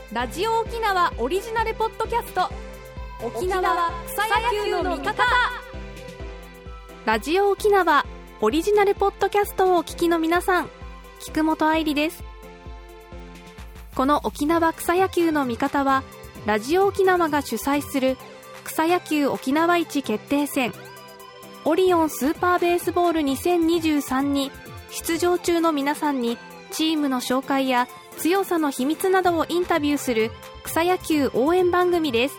ラジオ沖縄オリジナルポッドキャスト、沖縄草野球の味方。ラジオ沖縄オリジナルポッドキャストをお聞きの皆さん、菊本愛理です。この沖縄草野球の味方は、ラジオ沖縄が主催する草野球沖縄一決定戦オリオンスーパーベースボール2023に出場中の皆さんにチームの紹介や強さの秘密などをインタビューする草野球応援番組です。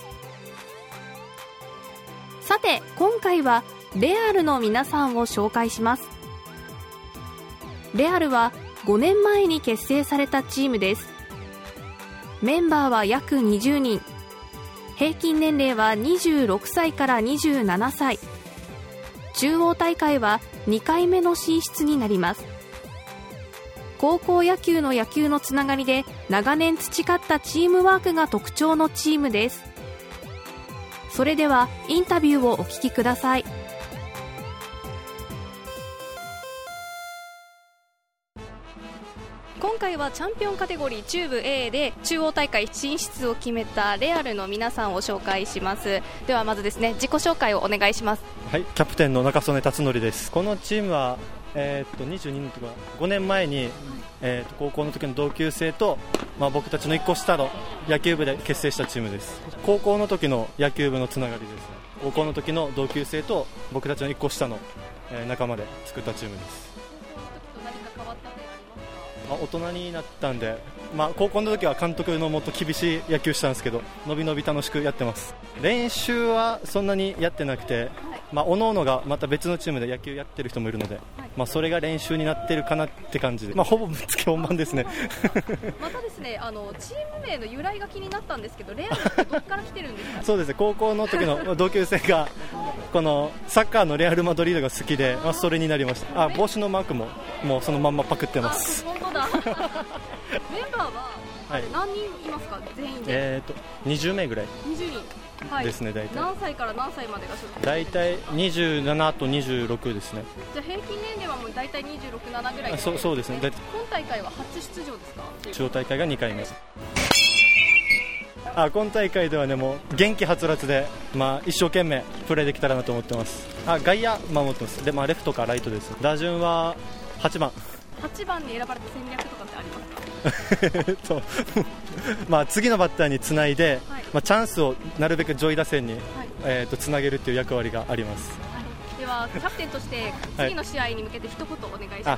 さて、今回はレアルの皆さんを紹介します。レアルは5年前に結成されたチームです。メンバーは約20人、平均年齢は26歳から27歳、中央大会は2回目の進出になります。高校野球のつながりで長年培ったチームワークが特徴のチームです。それではインタビューをお聞きください。今回はチャンピオンカテゴリー中部 A で中央大会進出を決めたレアルの皆さんを紹介します。ではまずですね、自己紹介をお願いします。 はい、キャプテンの中曽根辰徳です。このチームは、22年とか5年前に、高校の時の同級生と、僕たちの1個下の野球部で結成したチームです。高校の時の野球部のつながりですね。高校の時の同級生と僕たちの1個下の、仲間で作ったチームです。大人になったんで、高校の時は監督のもっと厳しい野球したんですけど、のびのび楽しくやってます。練習はそんなにやってなくて、おのおのがまた別のチームで野球やってる人もいるので、それが練習になってるかなって感じで、ほぼぶっつけ本番ですね。 またですね、チーム名の由来が気になったんですけど、レアルってどこから来てるんですか？ そうですね、高校の時の同級生がこのサッカーのレアルマドリードが好きで、それになりました。帽子のマークももうそのまんまパクってます。 本当だ。メンバーは何人いますか？全員で 20名ぐらいですね。大体何歳から何歳までが所属？ 大体27と26ですね。 じゃあ平均年齢はもう大体26、7ぐらい。 そうですね。 今大会は初出場ですか？ 中央大会が2回目。今大会ではね、もう元気はつらつで、一生懸命プレーできたらなと思ってます。外野守ってます。で、レフトかライトです。打順は8番に選ばれた戦略とかってありますか？次のバッターにつないで、チャンスをなるべく上位打線に、つなげるという役割があります。 ではキャプテンとして次の試合に向けて一言お願いします。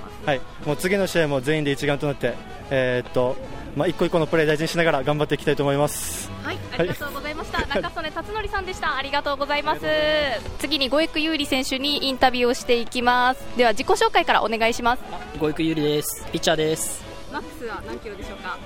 もう次の試合も全員で一丸となって、一個一個のプレー大事にしながら頑張っていきたいと思います。 ありがとうございました。中曽根辰徳さんでした。ありがとうございます。次に五育優里選手にインタビューをしていきます。では自己紹介からお願いします。 五育優里です。ピッチャーです。 マックスは何キロでしょうか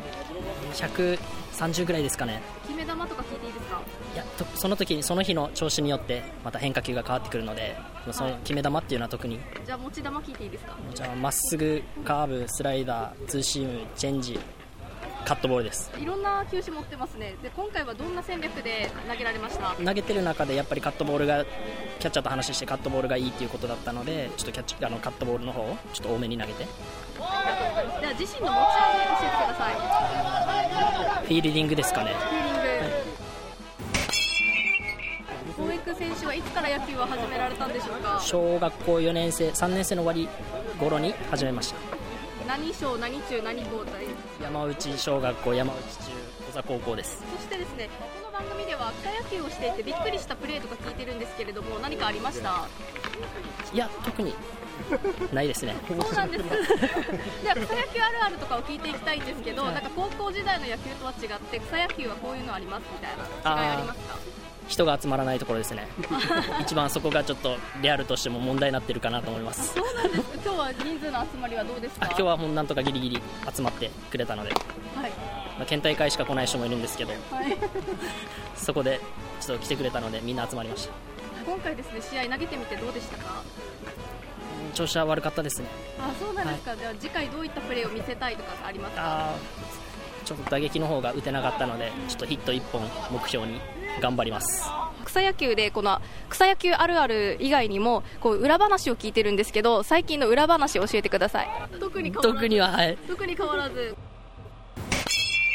？130ぐらいですかね。 決め球とか聞いていいですか？ いや、その日の調子によってまた変化球が変わってくるので、その決め球っていうのは特に。 じゃあ持ち球聞いていいですか？ じゃあまっすぐ、カーブ、スライダー、ツーシーム、チェンジ、カットボールです。 いろんな球種持ってますね。で、今回はどんな戦略で投げられました？ 投げてる中でやっぱりカットボールが、キャッチャーと話してカットボールがいいということだったので、ちょっとカットボールの方をちょっと多めに投げて。 では自身の持ち味教えてください。 フィールディングですかね。 フィーリング。五育選手はいつから野球を始められたんでしょうか？ 小学校4年生、3年生の終わり頃に始めました。 何小、何中、何高と？ 山内小学校、山内中、小座高校です。 そしてですね、この番組では草野球をしていてびっくりしたプレーとか聞いてるんですけれども、何かありました？ いや、特にないですね。 そうなんです。では草野球あるあるとかを聞いていきたいんですけど、なんか高校時代の野球とは違って草野球はこういうのありますみたいな違いありますか？ 人が集まらないところですね。一番そこがちょっとレアルとしても問題になってるかなと思います。 そうなんです。今日は人数の集まりはどうですか？ 今日はもうなんとかギリギリ集まってくれたので、県大会しか来ない人もいるんですけど、そこでちょっと来てくれたのでみんな集まりました。 今回ですね、試合投げてみてどうでしたか？ 調子は悪かったですね。 そうなんですか。では次回どういったプレーを見せたいとかありますか？ ちょっと打撃の方が打てなかったので、ちょっとヒット1本目標に頑張ります。 草野球でこの草野球あるある以外にもこう裏話を聞いてるんですけど、最近の裏話を教えてください。特に変わらずはい、 特に変わらず。今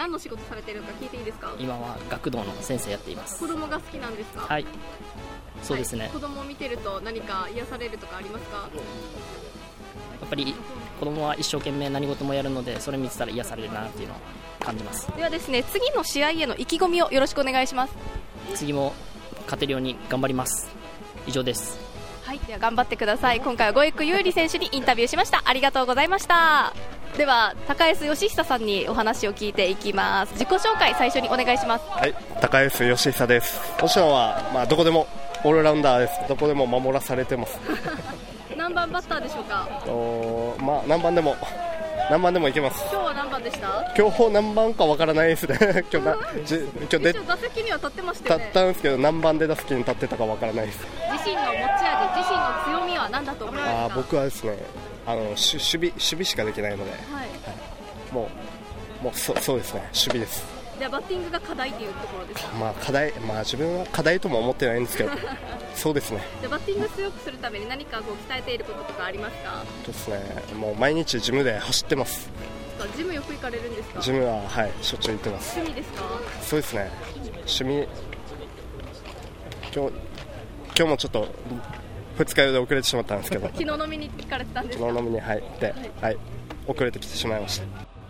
何の仕事されてるのか聞いていいですか？ 今は学童の先生やっています。 子供が好きなんですか？ はい、そうですね、 子供を見てると何か癒されるとかありますか？ やっぱり子供は一生懸命何事もやるので、それ見てたら癒されるなっていうのを感じます。 ではですね、次の試合への意気込みをよろしくお願いします。 次も勝てるように頑張ります。以上です。 はい、では頑張ってください。今回は呉育有里選手にインタビューしました。ありがとうございました。では高安義久さんにお話を聞いていきます。自己紹介最初にお願いします。 はい、高安義久です。ポジションは、どこでもオールラウンダーです。どこでも守らされてます何番バッターでしょうか？ 何番でもいけます。 今日は何番でした？ 今日何番かわからないですね今日一応打席には立ってましたよね。 立ったんですけど、何番で打席に立ってたかわからないです。 自身の持ち味、自身の強みは何だと思いますか？ 僕はですね、守備しかできないので、もうそうですね、守備です。 じゃあバッティングが課題というところですか？ 課題、自分は課題とも思ってないんですけどそうですね。 じゃあバッティング強くするために何か鍛えていることとかありますか？ ですね、もう毎日ジムで走ってます。 ジムよく行かれるんですか？ ジムはしょっちゅう行ってます。 趣味ですか？ そうですね、趣味。今日もちょっと2日酔いで遅れてしまったんですけど昨日飲みに行かれてたんですか？ 昨日飲みに入って、遅れてきてしまいました。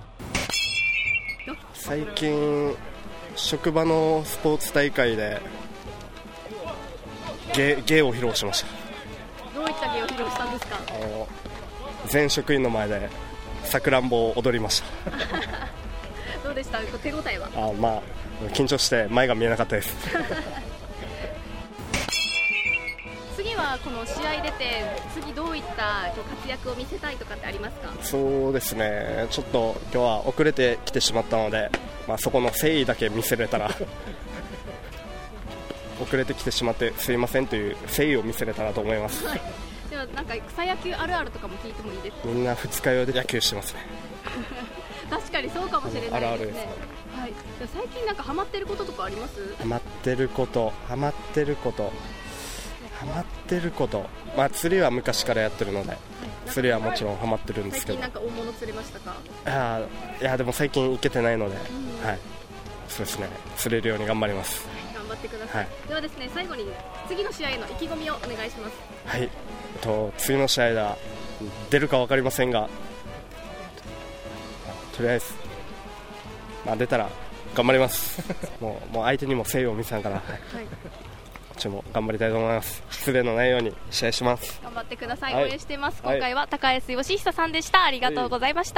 最近職場のスポーツ大会で芸を披露しました。 どういった芸を披露したんですか？ 全職員の前でさくらんぼを踊りましたどうでした？手応えは？ 緊張して前が見えなかったです次はこの試合出て次どういった活躍を見せたいとかってありますか？ そうですね、ちょっと今日は遅れてきてしまったので、そこの誠意だけ見せれたら遅れてきてしまってすいませんという誠意を見せれたらと思います。 ではなんか草野球あるあるとかも聞いてもいいですか？ みんな二日酔いで野球してますね確かにそうかもしれないですね。 あるあるです。 最近なんかハマってることとかあります？ ハマってること、釣りは昔からやってるので、釣りはもちろんハマってるんですけど。 最近なんか大物釣れましたか？ いやでも最近行けてないので、そうですね、釣れるように頑張ります。 頑張ってください。ではですね、最後に次の試合への意気込みをお願いします。 はい、次の試合で出るか分かりませんが、とりあえず、出たら頑張りますもう相手にも誠意を見せながら、こっちも頑張りたいと思います。失礼のないように試合します。 頑張ってください。応援しています。今回は高安義久さんでした。ありがとうございました。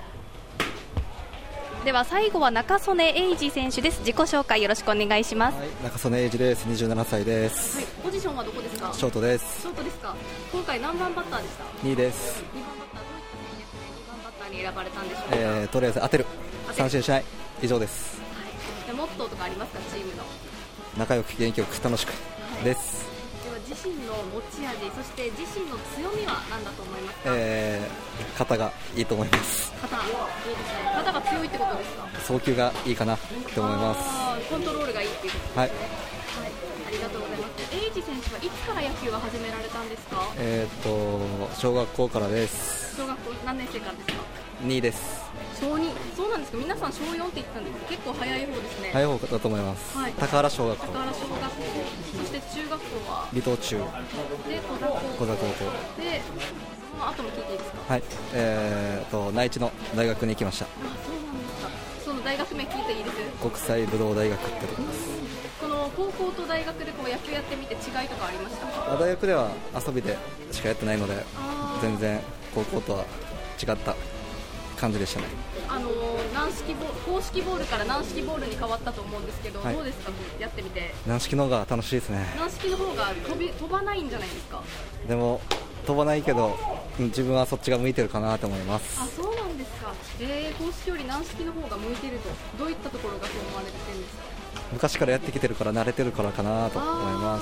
では最後は中曽根英二選手です。自己紹介よろしくお願いします。 中曽根英二です。27歳です。 ポジションはどこですか？ ショートです。 ショートですか？今回何番バッターでした？ 2です。 2番バッター、どういった戦略で2番バッターに選ばれたんでしょうか？ とりあえず当てる、三振しない、以上です。 モットーとかありますか？チームの仲良く元気よく楽しくです。 では自身の持ち味、そして自身の強みは何だと思いますか？ 肩がいいと思います。 肩、いいですね。肩が強いってことですか？ 送球がいいかなと思います。 コントロールがいいっていうことですね。ありがとうございます。英二選手はいつから野球は始められたんですか？ 小学校からです。 小学校何年生からですか ？2です。 小2、そうなんですか。皆さん小4って言ってたんですけど、結構早い方ですね。 早い方だと思います。高原小学校、 そして中学校は離島中で小座高校で、その後も聞いていいですか？ はい、内地の大学に行きました。 そうなんですか。その大学名聞いていいです？ 国際武道大学ってところです。 この高校と大学で野球やってみて違いとかありましたか？ 大学では遊びでしかやってないので、全然高校とは違った感じでしたね。公式ボールから軟式ボールに変わったと思うんですけど、どうですか？やってみて。軟式の方が楽しいですね。 軟式の方が飛ばないんじゃないですか？ でも飛ばないけど自分はそっちが向いてるかなと思います。 そうなんですか。公式より軟式の方が向いてると、どういったところがそう思われてるんですか？ 昔からやってきてるから慣れてるからかなと思います。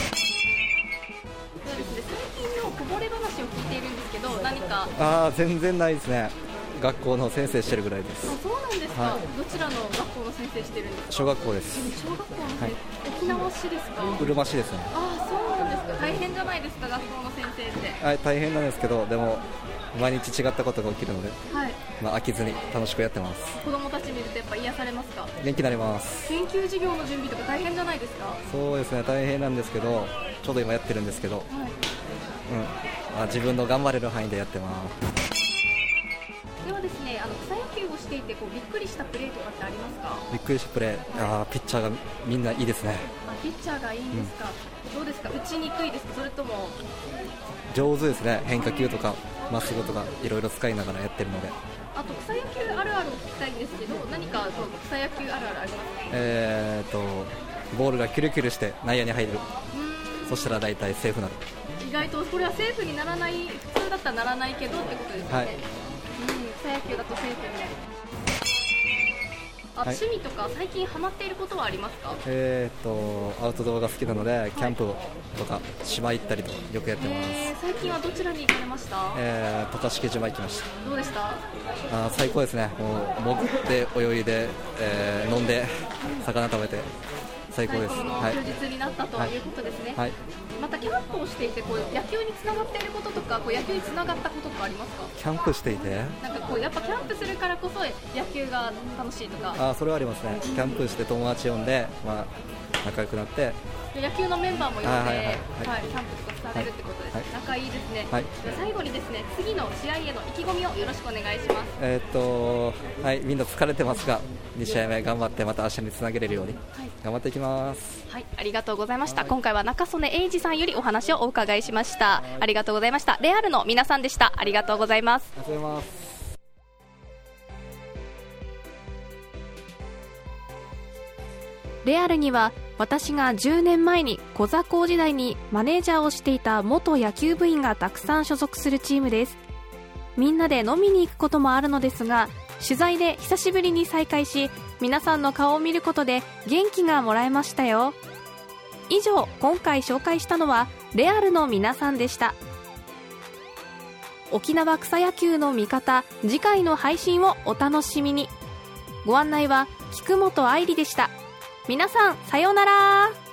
そうですね、最近のこぼれ話を聞いているんですけど、何か全然ないですね。学校の先生してるぐらいです。 そうなんですか。どちらの学校の先生してるんですか？ 小学校です。 小学校の先生、沖縄市ですか？ うるま市ですね。 そうなんですか。大変じゃないですか、学校の先生って。 大変なんですけど、でも毎日違ったことが起きるので、 はい、 飽きずに楽しくやってます。 子供たち見るとやっぱ癒されますか？ 元気になります。 研究授業の準備とか大変じゃないですか？ そうですね、大変なんですけど、ちょうど今やってるんですけど、自分の頑張れる範囲でやってます。 ではですね、草野球をしていてびっくりしたプレーとかってありますか？ びっくりしたプレー、ピッチャーがみんないいですね。 ピッチャーがいいんですか？どうですか？打ちにくいですか？それとも上手ですね。変化球とかまっすぐとかいろいろ使いながらやってるので。 あと草野球あるあるを聞きたいんですけど、何か草野球あるあるありますか？ ボールがキュルキュルして内野に入る。そしたら大体セーフになる。 意外とこれはセーフにならない、普通だったらならないけどってことですよね。はい、草野球だとセーフになる。趣味とか最近ハマっていることはありますか？アウトドアが好きなので、キャンプとか島行ったりとかよくやってます。 最近はどちらに行かれました？ 渡嘉敷島行きました。 どうでした？ 最高ですね。もう潜って泳いで、飲んで魚食べて最高です。 最高の休日になったということですね。はい、またキャンプをしていて野球につながっていることとか野球につながったこととかありますか？ キャンプしていてなんかやっぱキャンプするからこそ野球が楽しいとか。 それはありますね。キャンプして友達呼んで、仲良くなって野球のメンバーも呼んで、キャンプとかされるってことです。仲いいですね。最後にですね、次の試合への意気込みをよろしくお願いします。 みんな疲れてますが、2試合目頑張ってまた明日につなげれるように頑張っていきます。 はい、ありがとうございました。今回は中曽根英二さんよりお話をお伺いしました。ありがとうございました。レアルの皆さんでした。ありがとうございます。 ありがとうございます。 レアルには私が10年前に小座高時代にマネージャーをしていた元野球部員がたくさん所属するチームです。みんなで飲みに行くこともあるのですが、取材で久しぶりに再会し、皆さんの顔を見ることで元気がもらえましたよ。以上、今回紹介したのはレアルの皆さんでした。沖縄草野球の味方、次回の配信をお楽しみに。ご案内は菊本愛理でした。皆さん、さようなら。